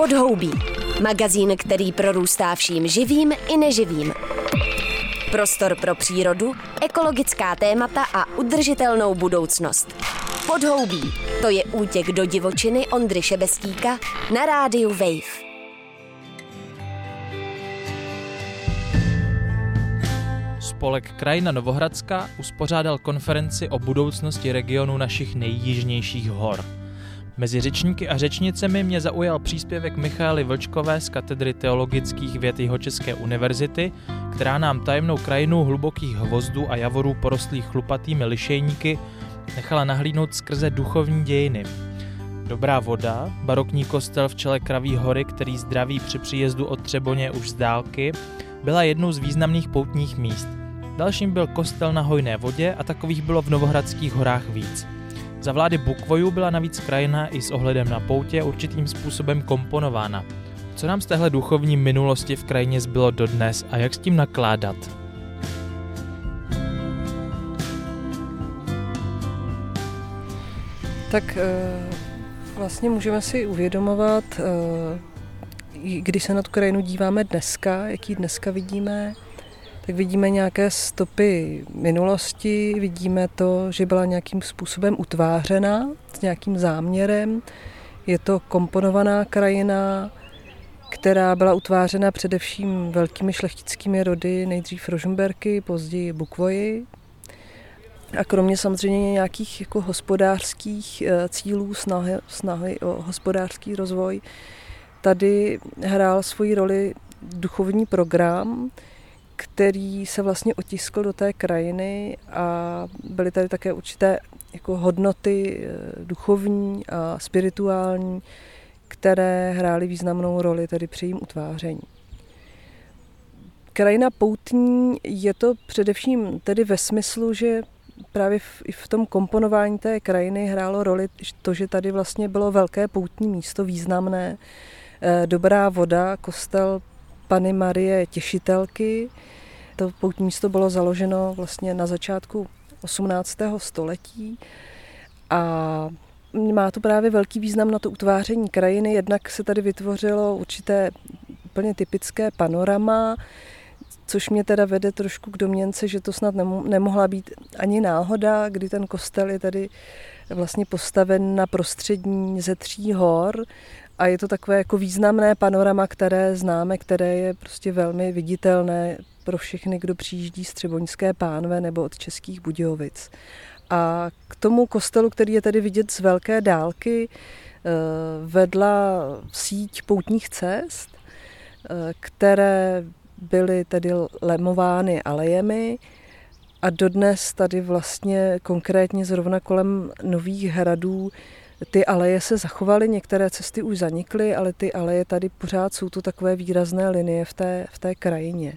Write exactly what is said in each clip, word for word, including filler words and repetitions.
Podhoubí. Magazín, který prorůstá vším živým i neživým. Prostor pro přírodu, ekologická témata a udržitelnou budoucnost. Podhoubí. To je útěk do divočiny Ondry Šebestíka na rádiu Wave. Spolek Krajina Novohradská uspořádal konferenci o budoucnosti regionu našich nejjižnějších hor. Mezi řečníky a řečnicemi mě zaujal příspěvek Michaely Vlčkové z katedry teologických věd Jihočeské univerzity, která nám tajemnou krajinu hlubokých hvozdů a javorů porostlých chlupatými lišejníky nechala nahlídnout skrze duchovní dějiny. Dobrá voda, barokní kostel v čele Kraví hory, který zdraví při příjezdu od Třeboně už z dálky, byla jednou z významných poutních míst. Dalším byl kostel na hojné vodě a takových bylo v Novohradských horách víc. Za vlády Bukvojů byla navíc krajina i s ohledem na poutě určitým způsobem komponována. Co nám z téhle duchovní minulosti v krajině zbylo dodnes a jak s tím nakládat? Tak vlastně můžeme si uvědomovat, když se na tu krajinu díváme dneska, jaký dneska vidíme, tak vidíme nějaké stopy minulosti, vidíme to, že byla nějakým způsobem utvářena s nějakým záměrem. Je to komponovaná krajina, která byla utvářena především velkými šlechtickými rody, nejdřív Rožmberky, později Bukvoji. A kromě samozřejmě nějakých jako hospodářských cílů, snahy, snahy o hospodářský rozvoj, tady hrál svoji roli duchovní program, který se vlastně otiskl do té krajiny a byly tady také určité jako hodnoty duchovní a spirituální, které hrály významnou roli tedy při jejím utváření. Krajina poutní je to především tedy ve smyslu, že právě v, i v tom komponování té krajiny hrálo roli to, že tady vlastně bylo velké poutní místo, významné, dobrá voda, kostel Panny Marie Těšitelky. To poutní místo bylo založeno vlastně na začátku osmnáctého století a má to právě velký význam na to utváření krajiny. Jednak se tady vytvořilo určité úplně typické panorama, což mě teda vede trošku k domněnce, že to snad nemohla být ani náhoda, kdy ten kostel je tady vlastně postaven na prostřední ze tří hor a je to takové jako významné panorama, které známe, které je prostě velmi viditelné pro všechny, kdo přijíždí z Třeboňské pánve nebo od Českých Budějovic. A k tomu kostelu, který je tady vidět z velké dálky, vedla síť poutních cest, které byly tedy lemovány alejemi a dodnes tady vlastně konkrétně zrovna kolem Nových hradů ty aleje se zachovaly, některé cesty už zanikly, ale ty aleje tady pořád jsou to takové výrazné linie v té, v té krajině.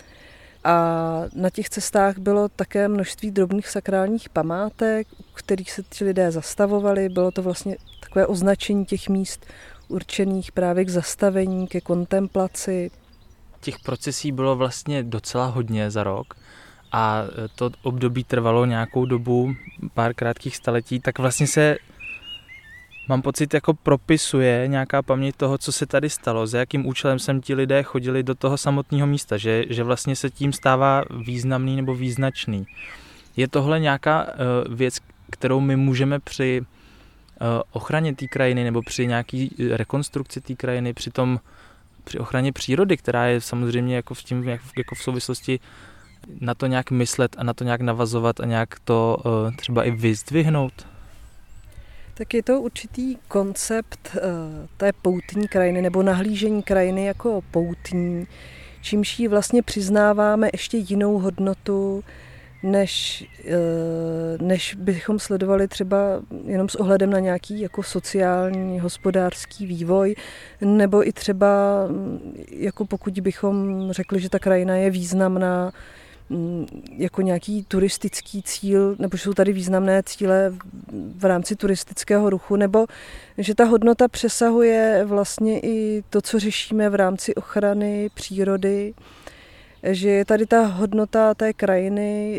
A na těch cestách bylo také množství drobných sakrálních památek, u kterých se ti lidé zastavovali. Bylo to vlastně takové označení těch míst určených právě k zastavení, ke kontemplaci. Těch procesí bylo vlastně docela hodně za rok a to období trvalo nějakou dobu, pár krátkých staletí, tak vlastně se, mám pocit, jako propisuje nějaká paměť toho, co se tady stalo, za jakým účelem sem ti lidé chodili do toho samotného místa, že, že vlastně se tím stává významný nebo význačný. Je tohle nějaká uh, věc, kterou my můžeme při uh, ochraně té krajiny nebo při nějaký rekonstrukci té krajiny, při tom při ochraně přírody, která je samozřejmě jako v, tím, jako v souvislosti na to nějak myslet a na to nějak navazovat a nějak to uh, třeba i vyzdvihnout? Tak je to určitý koncept uh, té poutní krajiny nebo nahlížení krajiny jako poutní, čímž jí vlastně přiznáváme ještě jinou hodnotu, než, uh, než bychom sledovali třeba jenom s ohledem na nějaký jako sociální, hospodářský vývoj, nebo i třeba jako pokud bychom řekli, že ta krajina je významná jako nějaký turistický cíl, nebo že jsou tady významné cíle v rámci turistického ruchu, nebo že ta hodnota přesahuje vlastně i to, co řešíme v rámci ochrany přírody, že je tady ta hodnota té krajiny,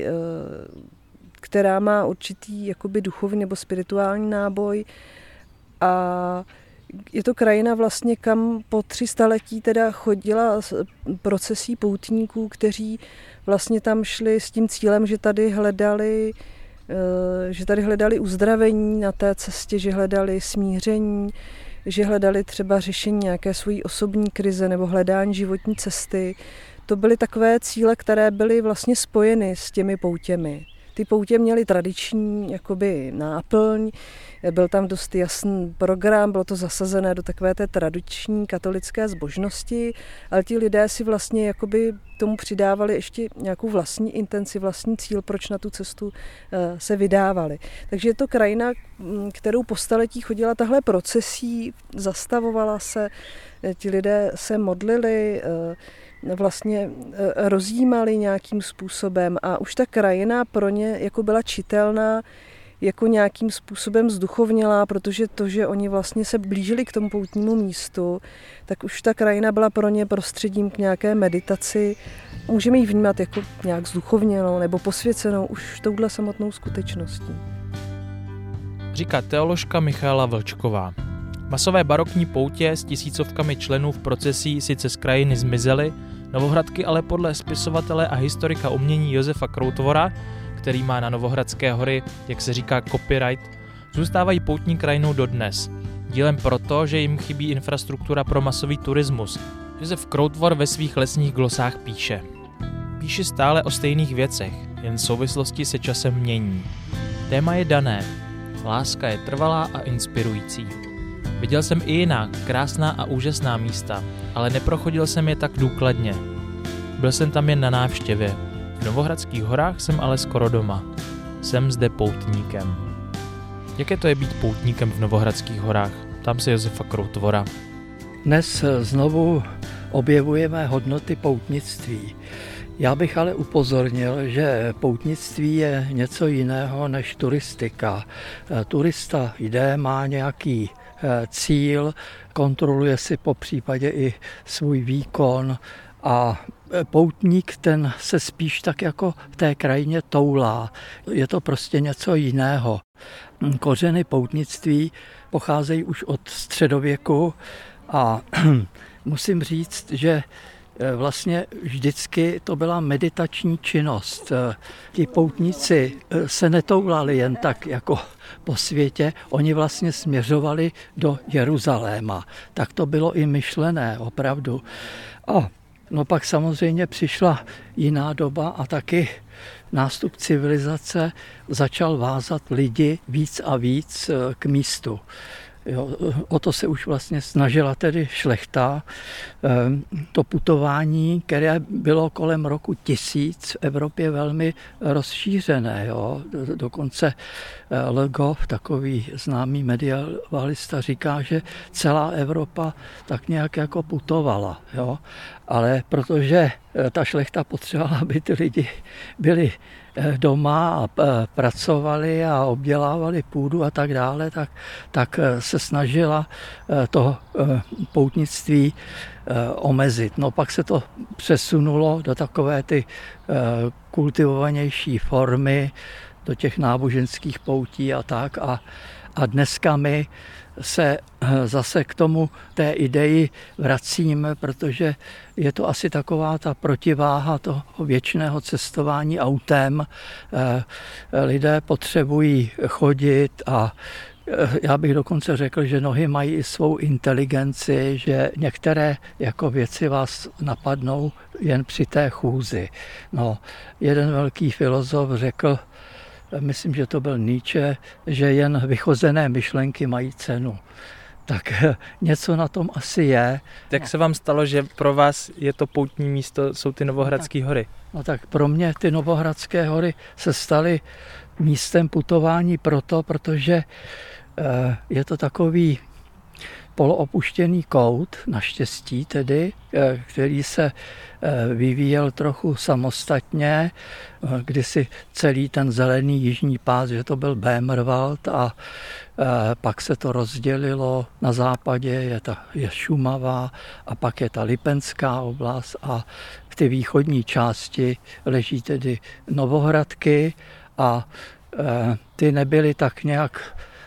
která má určitý jakoby duchovní nebo spirituální náboj a Je to krajina vlastně, kam po tři staletí teda chodila procesí poutníků, kteří vlastně tam šli s tím cílem, že tady hledali, že tady hledali uzdravení na té cestě, že hledali smíření, že hledali třeba řešení nějaké svojí osobní krize nebo hledání životní cesty. To byly takové cíle, které byly vlastně spojeny s těmi poutěmi. Ty poutě měly tradiční jakoby náplň, byl tam dost jasný program, bylo to zasazené do takové té tradiční katolické zbožnosti, ale ti lidé si vlastně jakoby tomu přidávali ještě nějakou vlastní intenci, vlastní cíl, proč na tu cestu se vydávali. Takže je to krajina, kterou po staletí chodila tahle procesí, zastavovala se, ti lidé se modlili, vlastně rozjímali nějakým způsobem a už ta krajina pro ně jako byla čitelná, jako nějakým způsobem zduchovnělá, protože to, že oni vlastně se blížili k tomu poutnímu místu, tak už ta krajina byla pro ně prostředím k nějaké meditaci. Můžeme ji vnímat jako nějak zduchovněnou nebo posvěcenou už touhle samotnou skutečností. Říká teoložka Michaela Vlčková. Masové barokní poutě s tisícovkami členů v procesí sice z krajiny zmizely, Novohradky ale podle spisovatele a historika umění Josefa Kroutvora, který má na Novohradské hory, jak se říká, copyright, zůstávají poutní krajinou dodnes. Dílem proto, že jim chybí infrastruktura pro masový turismus. Josef Kroutvor ve svých lesních glosách píše. Píše stále o stejných věcech, jen souvislosti se časem mění. Téma je dané. Láska je trvalá a inspirující. Viděl jsem i jiná, krásná a úžasná místa, ale neprochodil jsem je tak důkladně. Byl jsem tam jen na návštěvě. V Novohradských horách jsem ale skoro doma. Jsem zde poutníkem. Jaké to je být poutníkem v Novohradských horách? Tam se Josefa Kroutvora. Dnes znovu objevujeme hodnoty poutnictví. Já bych ale upozornil, že poutnictví je něco jiného než turistika. Turista jde, má nějaký cíl, kontroluje si po případě i svůj výkon a poutník ten se spíš tak jako v té krajině toulá. Je to prostě něco jiného. Kořeny poutnictví pocházejí už od středověku a musím říct, že vlastně vždycky to byla meditační činnost. Ti poutníci se netoulali jen tak jako po světě, oni vlastně směřovali do Jeruzaléma. Tak to bylo i myšlené, opravdu. A no pak samozřejmě přišla jiná doba a taky nástup civilizace začal vázat lidi víc a víc k místu. Jo, o to se už vlastně snažila tedy šlechta. To putování, které bylo kolem roku tisíc v Evropě velmi rozšířené. Jo. Dokonce Le Goff, takový známý medievalista, říká, že celá Evropa tak nějak jako putovala. Jo. Ale protože ta šlechta potřebovala, aby ty lidi byli doma a pracovali a obdělávali půdu a tak dále, tak, tak se snažila to poutnictví omezit. No pak se to přesunulo do takové ty kultivovanější formy, do těch náboženských poutí a tak. A, a dneska my se zase k tomu té ideji vracíme, protože je to asi taková ta protiváha toho věčného cestování autem. Lidé potřebují chodit a já bych dokonce řekl, že nohy mají i svou inteligenci, že některé jako věci vás napadnou jen při té chůzi. No, jeden velký filozof řekl, myslím, že to byl Nietzsche, že jen vychozené myšlenky mají cenu. Tak něco na tom asi je. Jak se vám stalo, že pro vás je to poutní místo, jsou ty Novohradské hory? No tak pro mě ty Novohradské hory se staly místem putování proto, protože je to takový poloopuštěný kout, naštěstí tedy, který se vyvíjel trochu samostatně, kdysi celý ten zelený jižní pás, že to byl Böhmerwald a pak se to rozdělilo, na západě je, ta, je Šumava a pak je ta Lipenská oblast a v té východní části leží tedy Novohradky a ty nebyly tak nějak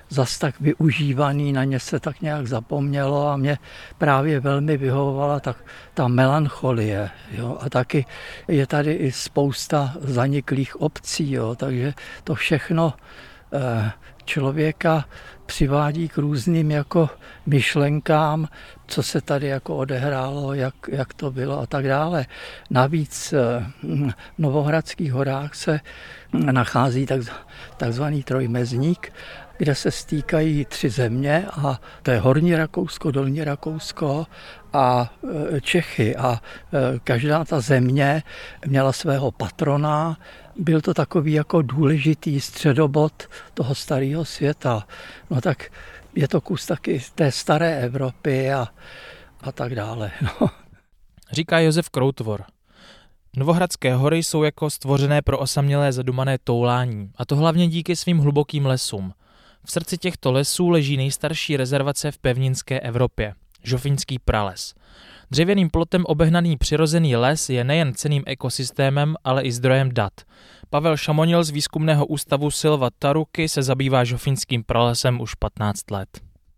zas tak využívaný, na ně se tak nějak zapomnělo a mě právě velmi vyhovovala tak ta melancholie. Jo? A taky je tady i spousta zaniklých obcí, jo? Takže to všechno eh, člověka přivádí k různým jako myšlenkám, co se tady jako odehrálo, jak, jak to bylo a tak dále. Navíc v Novohradských horách se nachází tak, takzvaný trojmezník, kde se stýkají tři země a to je Horní Rakousko, Dolní Rakousko a Čechy a každá ta země měla svého patrona. Byl to takový jako důležitý středobod toho starého světa. No tak je to kus taky té staré Evropy a, a tak dále. No. Říká Josef Kroutvor. Novohradské hory jsou jako stvořené pro osamělé zadumané toulání, a to hlavně díky svým hlubokým lesům. V srdci těchto lesů leží nejstarší rezervace v pevninské Evropě, Žofínský prales. Dřevěným plotem obehnaný přirozený les je nejen cenným ekosystémem, ale i zdrojem dat. Pavel Šamonil z výzkumného ústavu Silva Taruky se zabývá Žofínským pralesem už patnáct let.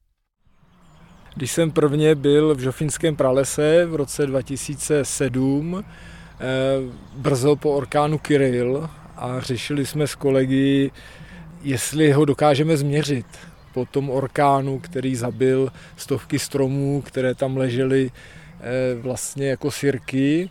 Když jsem prvně byl v Žofínském pralese v roce dva tisíce sedm, brzo po orkánu Kyrill, a řešili jsme s kolegy, jestli ho dokážeme změřit po tom orkánu, který zabil stovky stromů, které tam ležely vlastně jako sirky.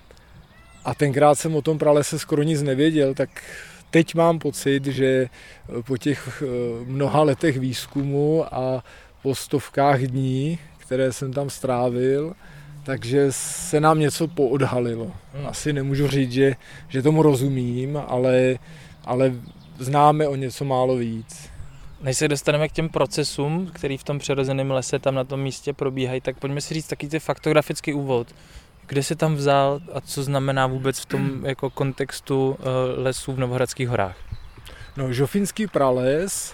A tenkrát jsem o tom pralese skoro nic nevěděl, tak teď mám pocit, že po těch mnoha letech výzkumu a po stovkách dní, které jsem tam strávil, takže se nám něco poodhalilo. Asi nemůžu říct, že, že tomu rozumím, ale, ale známe o něco málo víc. Než se dostaneme k těm procesům, který v tom přirozeném lese tam na tom místě probíhají, tak pojďme si říct taky ty faktografický úvod. Kde se tam vzal a co znamená vůbec v tom jako kontextu lesů v Novohradských horách? No, Žofínský prales,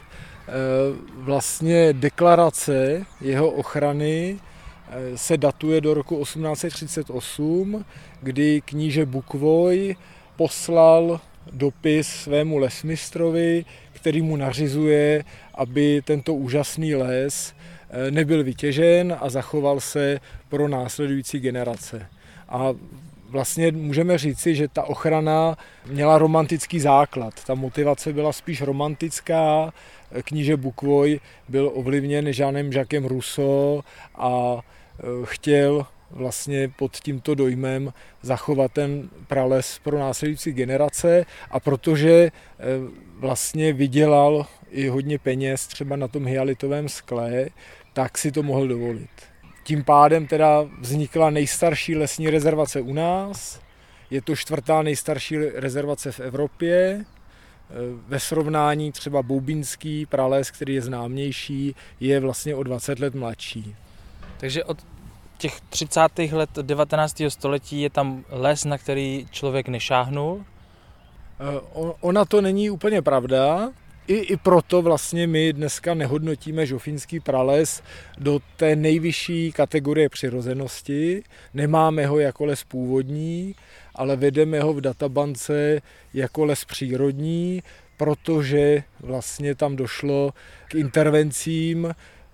vlastně deklarace jeho ochrany se datuje do roku osmnáct set třicet osm, kdy kníže Bukvoj poslal dopis svému lesmistrovi, který mu nařizuje, aby tento úžasný les nebyl vytěžen a zachoval se pro následující generace. A vlastně můžeme říci, že ta ochrana měla romantický základ. Ta motivace byla spíš romantická. Kníže Bukvoj byl ovlivněn Jeanem Jacquesem Rousseau a chtěl vlastně pod tímto dojmem zachovat ten prales pro následující generace, a protože vlastně vydělal i hodně peněz třeba na tom hyalitovém skle, tak si to mohl dovolit. Tím pádem teda vznikla nejstarší lesní rezervace u nás, je to čtvrtá nejstarší rezervace v Evropě. Ve srovnání třeba Boubínský prales, který je známější, je vlastně o dvacet let mladší. Takže od těch třicátých let devatenáctého století je tam les, na který člověk nešáhnul? Ona to není úplně pravda. I, I proto vlastně my dneska nehodnotíme Žofínský prales do té nejvyšší kategorie přirozenosti. Nemáme ho jako les původní, ale vedeme ho v databance jako les přírodní, protože vlastně tam došlo k intervencím.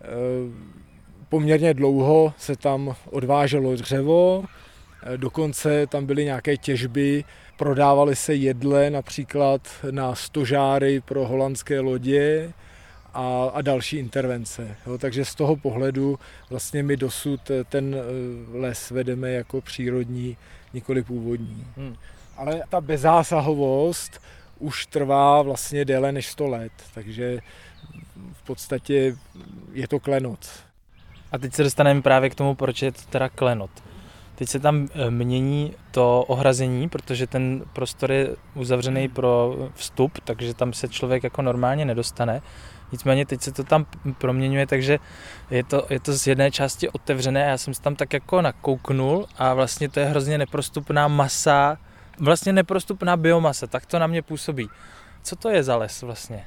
Poměrně dlouho se tam odváželo dřevo, dokonce tam byly nějaké těžby, prodávaly se jedle například na stožáry pro holandské lodě a, a další intervence. Jo, takže z toho pohledu vlastně my dosud ten les vedeme jako přírodní, nikoli původní. Hmm. Ale ta bezzásahovost už trvá vlastně déle než sto let, takže v podstatě je to klenot. A teď se dostaneme právě k tomu, proč je to teda klenot. Teď se tam mění to ohrazení, protože ten prostor je uzavřený pro vstup, takže tam se člověk jako normálně nedostane. Nicméně teď se to tam proměňuje, takže je to, je to z jedné části otevřené. Já jsem se tam tak jako nakouknul a vlastně to je hrozně neprostupná masa, vlastně neprostupná biomasa, tak to na mě působí. Co to je za les vlastně?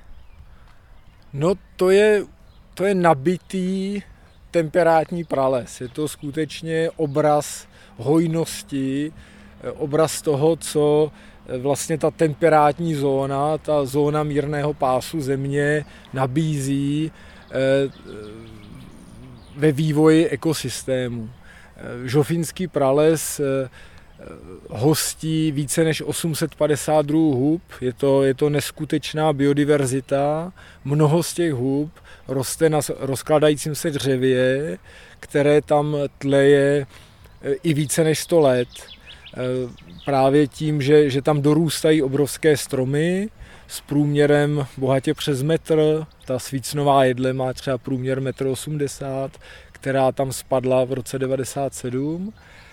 No to je, to je nabitý temperátní prales. Je to skutečně obraz hojnosti, obraz toho, co vlastně ta temperátní zóna, ta zóna mírného pásu země nabízí ve vývoji ekosystému. Žofínský prales hostí více než osm set padesát druhů hub, je to, je to neskutečná biodiverzita, mnoho z těch hub roste na rozkladajícím se dřevě, které tam tleje i více než sto let. Právě tím, že, že tam dorůstají obrovské stromy s průměrem bohatě přes metr, ta svícnová jedle má třeba průměr metr osmdesát, která tam spadla v roce devadesát sedm.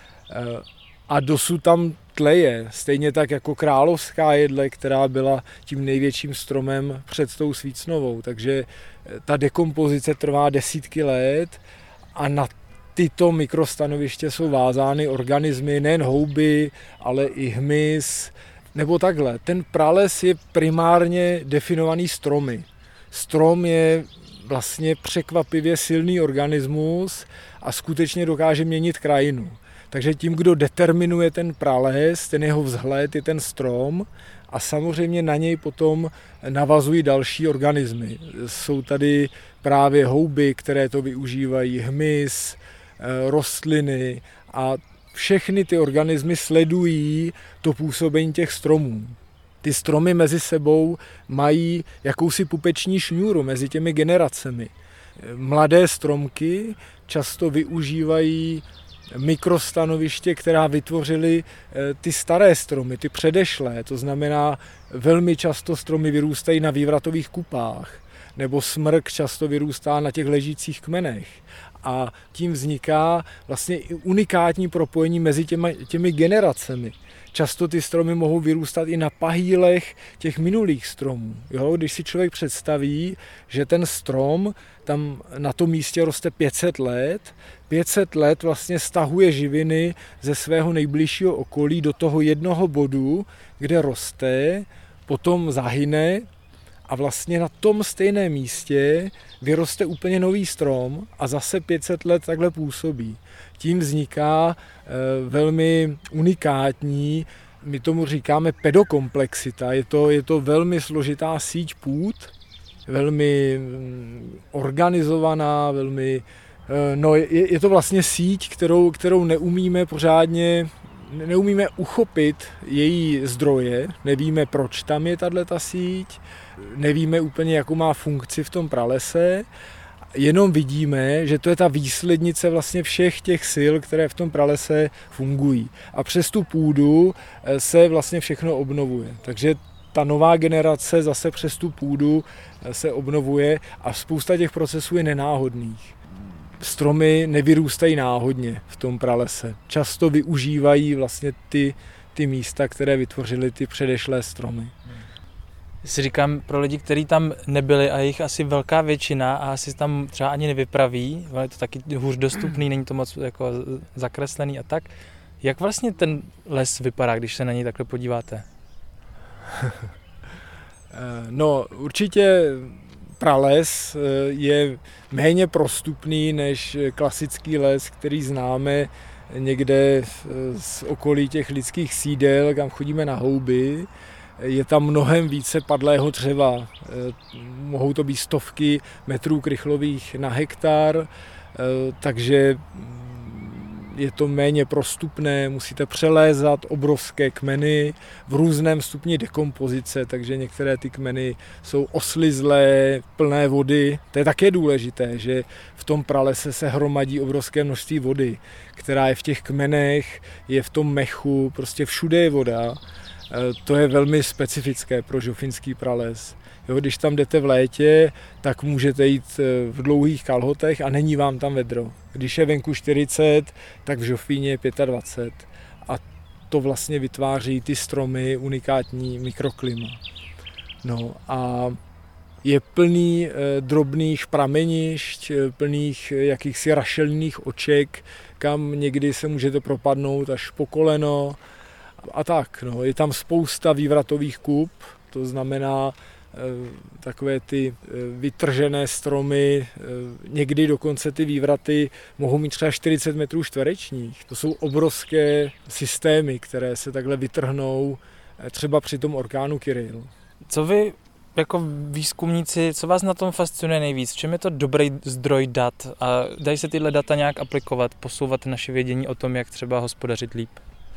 A dosud tam tleje, stejně tak jako královská jedle, která byla tím největším stromem před tou svícnovou. Takže ta dekompozice trvá desítky let a na tyto mikrostanoviště jsou vázány organismy, nejen houby, ale i hmyz, nebo takhle. Ten prales je primárně definovaný stromy. Strom je vlastně překvapivě silný organismus a skutečně dokáže měnit krajinu. Takže tím, kdo determinuje ten prales, ten jeho vzhled je ten strom a samozřejmě na něj potom navazují další organismy. Jsou tady právě houby, které to využívají, hmyz, rostliny a všechny ty organismy sledují to působení těch stromů. Ty stromy mezi sebou mají jakousi pupeční šňůru mezi těmi generacemi. Mladé stromky často využívají mikrostanoviště, která vytvořily ty staré stromy, ty předešlé. To znamená, velmi často stromy vyrůstají na vývratových kupách, nebo smrk často vyrůstá na těch ležících kmenech. A tím vzniká vlastně i unikátní propojení mezi těmi, těmi generacemi. Často ty stromy mohou vyrůstat i na pahýlech těch minulých stromů. Jo? Když si člověk představí, že ten strom tam na tom místě roste pět set let, pět set let vlastně stahuje živiny ze svého nejbližšího okolí do toho jednoho bodu, kde roste, potom zahyne a vlastně na tom stejném místě vyroste úplně nový strom a zase pět set let takhle působí. Tím vzniká e, velmi unikátní, my tomu říkáme pedokomplexita, je to, je to velmi složitá síť půd, velmi organizovaná, velmi, e, no je, je to vlastně síť, kterou, kterou neumíme pořádně, neumíme uchopit její zdroje, nevíme, proč tam je tato síť, nevíme úplně, jakou má funkci v tom pralese, jenom vidíme, že to je ta výslednice vlastně všech těch sil, které v tom pralese fungují. A přes tu půdu se vlastně všechno obnovuje. Takže ta nová generace zase přes tu půdu se obnovuje a spousta těch procesů je nenáhodných. Stromy nevyrůstají náhodně v tom pralese. Často využívají vlastně ty, ty místa, které vytvořily ty předešlé stromy. Si říkám, pro lidi, kteří tam nebyli a jich asi velká většina a asi tam třeba ani nevypraví, je to taky hůř dostupný, není to moc jako zakreslený a tak. Jak vlastně ten les vypadá, když se na něj takhle podíváte? No určitě prales je méně prostupný než klasický les, který známe někde z okolí těch lidských sídel, kam chodíme na houby. Je tam mnohem více padlého dřeva. Mohou to být stovky metrů krychlových na hektar, takže je to méně prostupné, musíte přelézat obrovské kmeny v různém stupni dekompozice, takže některé ty kmeny jsou oslizlé, plné vody. To je také důležité, že v tom pralese se hromadí obrovské množství vody, která je v těch kmenech, je v tom mechu, prostě všude je voda. To je velmi specifické pro žofínský prales. Jo, když tam jdete v létě, tak můžete jít v dlouhých kalhotech a není vám tam vedro. Když je venku čtyřicet, tak v Žofíně je dvacet pět. A to vlastně vytváří ty stromy unikátní mikroklima. No a je plný drobných pramenišť, plných jakýchsi rašelných oček, kam někdy se můžete propadnout až po koleno. A tak, no, je tam spousta vývratových kup, to znamená e, takové ty e, vytržené stromy, e, někdy dokonce ty vývraty mohou mít třeba čtyřicet metrů čtverečních. To jsou obrovské systémy, které se takhle vytrhnou třeba při tom orkánu Kyrill. Co vy jako výzkumníci, co vás na tom fascinuje nejvíc? V čem je to dobrý zdroj dat a dají se tyhle data nějak aplikovat, posouvat naše vědění o tom, jak třeba hospodařit líp?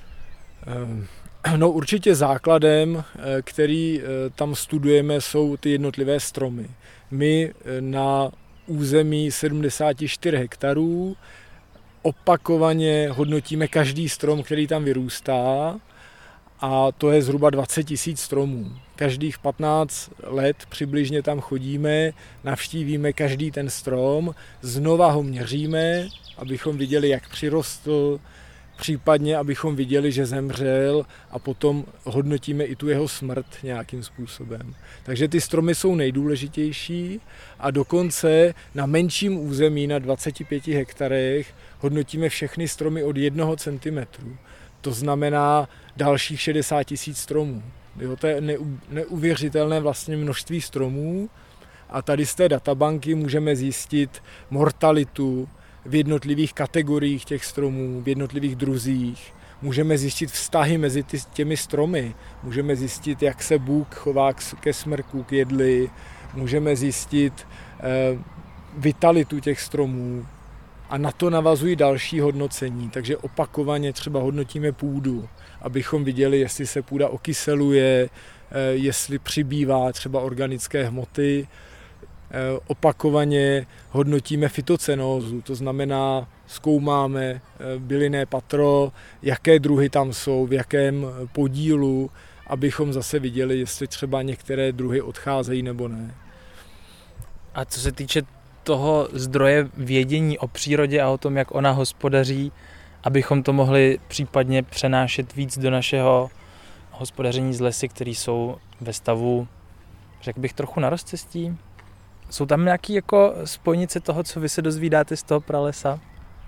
No určitě základem, který tam studujeme, jsou ty jednotlivé stromy. My na území sedmdesát čtyři hektarů opakovaně hodnotíme každý strom, který tam vyrůstá, a to je zhruba dvacet tisíc stromů. Každých patnáct let přibližně tam chodíme, navštívíme každý ten strom, znova ho měříme, abychom viděli, jak přirostl, případně abychom viděli, že zemřel, a potom hodnotíme i tu jeho smrt nějakým způsobem. Takže ty stromy jsou nejdůležitější a dokonce na menším území, na dvaceti pěti hektarech, hodnotíme všechny stromy od jednoho centimetru. To znamená dalších šedesát tisíc stromů. Jo, to je neuvěřitelné vlastně množství stromů a tady z té databanky můžeme zjistit mortalitu v jednotlivých kategoriích těch stromů, v jednotlivých druzích. Můžeme zjistit vztahy mezi ty, těmi stromy. Můžeme zjistit, jak se bůk chová ke smrku, k jedli. Můžeme zjistit eh, vitalitu těch stromů. A na to navazují další hodnocení. Takže opakovaně třeba hodnotíme půdu, abychom viděli, jestli se půda okyseluje, jestli přibývá třeba organické hmoty. Opakovaně hodnotíme fytocenózu, to znamená, zkoumáme bylinné patro, jaké druhy tam jsou, v jakém podílu, abychom zase viděli, jestli třeba některé druhy odcházejí nebo ne. A co se týče toho zdroje vědění o přírodě a o tom, jak ona hospodaří, abychom to mohli případně přenášet víc do našeho hospodaření z lesy, které jsou ve stavu, řekl bych, trochu na rozcestí. Jsou tam nějaké jako spojnice toho, co vy se dozvídáte z toho pralesa?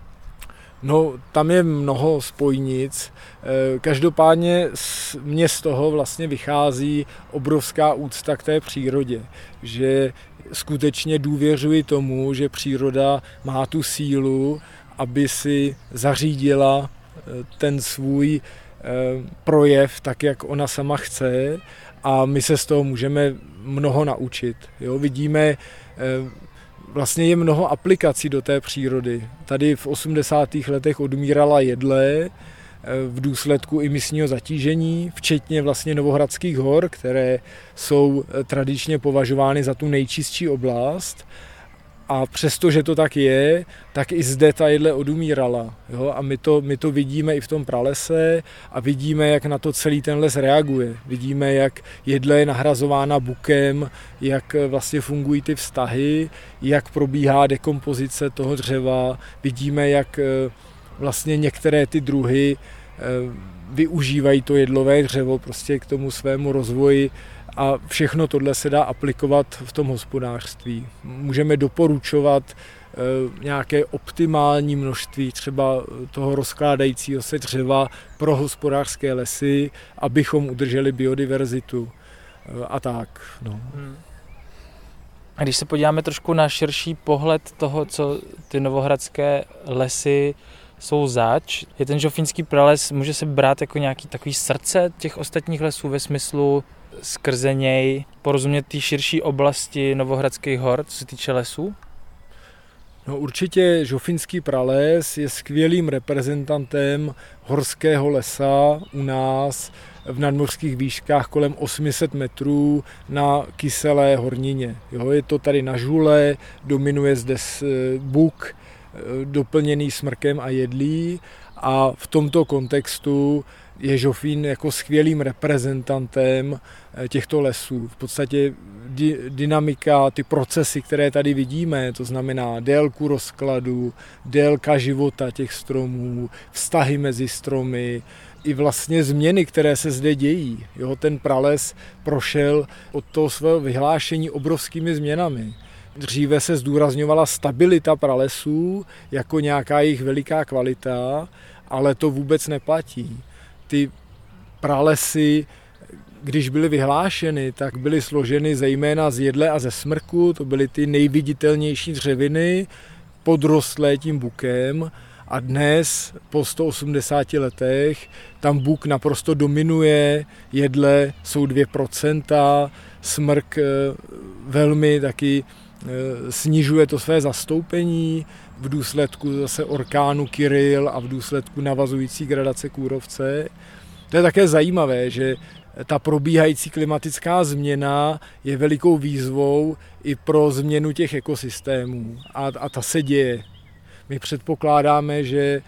No, tam je mnoho spojnic. Každopádně mně z toho vlastně vychází obrovská úcta k té přírodě, že skutečně důvěřuji tomu, že příroda má tu sílu, aby si zařídila ten svůj projev tak, jak ona sama chce, a my se z toho můžeme mnoho naučit. Jo? Vidíme, vlastně je mnoho aplikací do té přírody. Tady v osmdesátých letech odmírala jedle v důsledku imisního zatížení, včetně vlastně Novohradských hor, které jsou tradičně považovány za tu nejčistší oblast. A přestože to tak je, tak i zde ta jedle odumírala. Jo? A my to, my to vidíme i v tom pralese a vidíme, jak na to celý ten les reaguje. Vidíme, jak jedle je nahrazována bukem, jak vlastně fungují ty vztahy, jak probíhá dekompozice toho dřeva. Vidíme, jak vlastně některé ty druhy využívají to jedlové dřevo prostě k tomu svému rozvoji. A všechno tohle se dá aplikovat v tom hospodářství. Můžeme doporučovat nějaké optimální množství třeba toho rozkládajícího se dřeva pro hospodářské lesy, abychom udrželi biodiverzitu a tak. No. A když se podíváme trošku na širší pohled toho, co ty novohradské lesy jsou zač, je ten žofínský prales, může se brát jako nějaký takový srdce těch ostatních lesů ve smyslu skrze něj porozumět té širší oblasti Novohradských hor, co se týče lesů? No určitě žofínský prales je skvělým reprezentantem horského lesa u nás v nadmořských výškách kolem osm set metrů na kyselé hornině. Jo, je to tady na žule, dominuje zde buk, doplněný smrkem a jedlí, a v tomto kontextu je žofín jako skvělým reprezentantem těchto lesů. V podstatě dy, dynamika, ty procesy, které tady vidíme, to znamená délku rozkladu, délka života těch stromů, vztahy mezi stromy, i vlastně změny, které se zde dějí. Jo, ten prales prošel od toho svého vyhlášení obrovskými změnami. Dříve se zdůrazňovala stabilita pralesů jako nějaká jejich veliká kvalita, ale to vůbec neplatí. Ty pralesy, když byly vyhlášeny, tak byly složeny zejména z jedle a ze smrku, to byly ty nejviditelnější dřeviny, podrostlé tím bukem, A dnes, po sto osmdesáti letech, tam buk naprosto dominuje, jedle jsou dvě procenta, smrk velmi taky snižuje to své zastoupení v důsledku zase orkánu Kyrill a v důsledku navazující gradace kůrovce. To je také zajímavé, že ta probíhající klimatická změna je velikou výzvou i pro změnu těch ekosystémů a, a ta se děje. My předpokládáme, že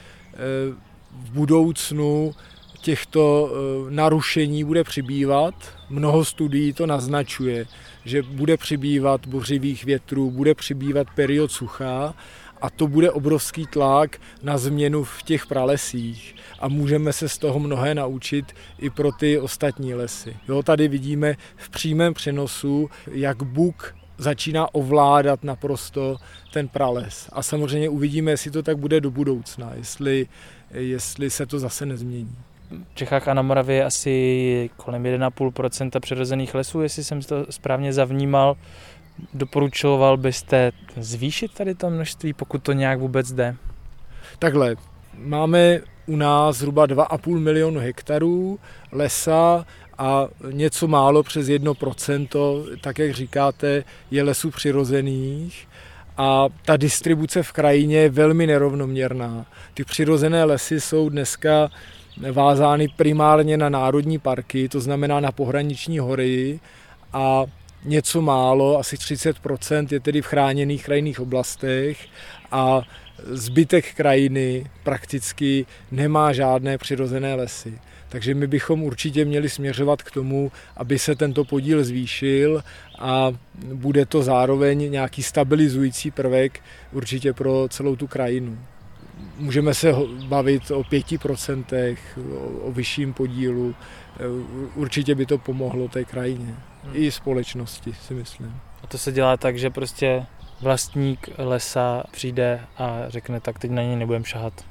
v budoucnu těchto narušení bude přibývat. Mnoho studií to naznačuje, že bude přibývat bouřivých větrů, bude přibývat period sucha a to bude obrovský tlak na změnu v těch pralesích. A můžeme se z toho mnohé naučit i pro ty ostatní lesy. Jo, tady vidíme v přímém přenosu, jak buk začíná ovládat naprosto ten prales. A samozřejmě uvidíme, jestli to tak bude do budoucna, jestli, jestli se to zase nezmění. V Čechách a na Moravě je asi kolem jedna celá pět procenta přirozených lesů, jestli jsem to správně zavnímal. Doporučoval byste zvýšit tady to množství, pokud to nějak vůbec jde? Takhle, máme u nás zhruba dva a půl milionu hektarů lesa a něco málo přes jedno procento, tak jak říkáte, je lesů přirozených. A ta distribuce v krajině je velmi nerovnoměrná. Ty přirozené lesy jsou dneska vázány primárně na národní parky, to znamená na pohraniční hory a něco málo, asi třicet procent je tedy v chráněných krajinných oblastech a zbytek krajiny prakticky nemá žádné přirozené lesy. Takže my bychom určitě měli směřovat k tomu, aby se tento podíl zvýšil a bude to zároveň nějaký stabilizující prvek určitě pro celou tu krajinu. Můžeme se bavit o pěti procentech, o vyšším podílu. Určitě by to pomohlo té krajině. I společnosti, si myslím. A to se dělá tak, že prostě vlastník lesa přijde a řekne, tak teď na něj nebudem šahat.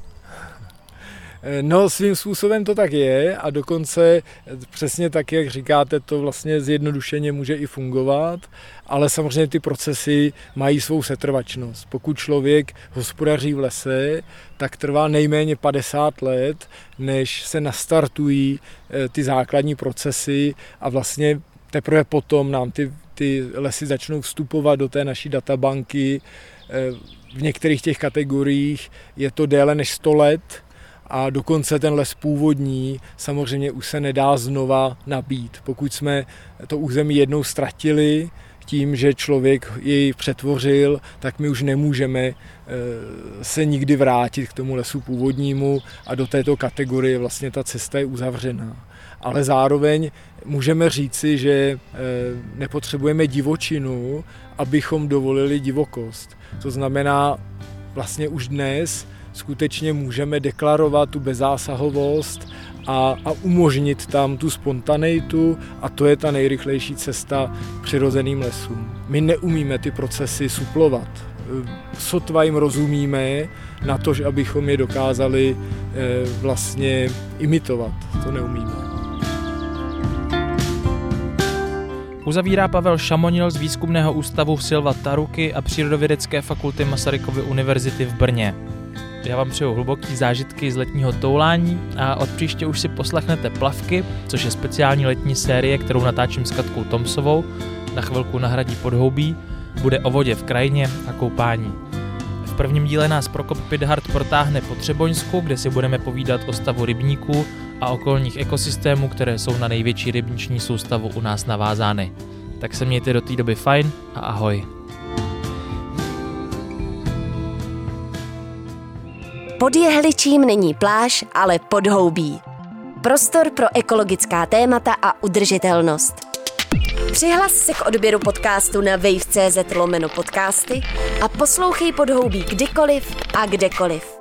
No, svým způsobem to tak je a dokonce přesně tak, jak říkáte, to vlastně zjednodušeně může i fungovat, ale samozřejmě ty procesy mají svou setrvačnost. Pokud člověk hospodaří v lese, tak trvá nejméně padesát let, než se nastartují ty základní procesy a vlastně teprve potom nám ty, ty lesy začnou vstupovat do té naší databanky. V některých těch kategoriích je to déle než sto let, a dokonce ten les původní samozřejmě už se nedá znova nabít. Pokud jsme to území jednou ztratili tím, že člověk jej přetvořil, tak my už nemůžeme se nikdy vrátit k tomu lesu původnímu a do této kategorie vlastně ta cesta je uzavřená. Ale zároveň můžeme říci, že nepotřebujeme divočinu, abychom dovolili divokost. To znamená, vlastně už dnes skutečně můžeme deklarovat tu bezzásahovost a, a umožnit tam tu spontaneitu a to je ta nejrychlejší cesta k přirozeným lesům. My neumíme ty procesy suplovat. Sotva jim rozumíme na to, že abychom je dokázali vlastně imitovat. To neumíme. Uzavírá Pavel Šamonil z Výzkumného ústavu Silva Taruky a Přírodovědecké fakulty Masarykovy univerzity v Brně. Já vám přeju hluboký zážitky z letního toulání a od příště už si poslechnete Plavky, což je speciální letní série, kterou natáčím s Katkou Tomsovou. Na chvilku nahradí Podhoubí, bude o vodě v krajině a koupání. V prvním díle nás Prokop Pithart protáhne po Třeboňsku, kde si budeme povídat o stavu rybníků a okolních ekosystémů, které jsou na největší rybniční soustavu u nás navázány. Tak se mějte do té doby fajn a ahoj. Pod Jehličím není pláž, ale podhoubí. Prostor pro ekologická témata a udržitelnost. Přihlas se k odběru podcastu na wave tečka cz lomeno podcasty a poslouchej Podhoubí kdykoliv a kdekoliv.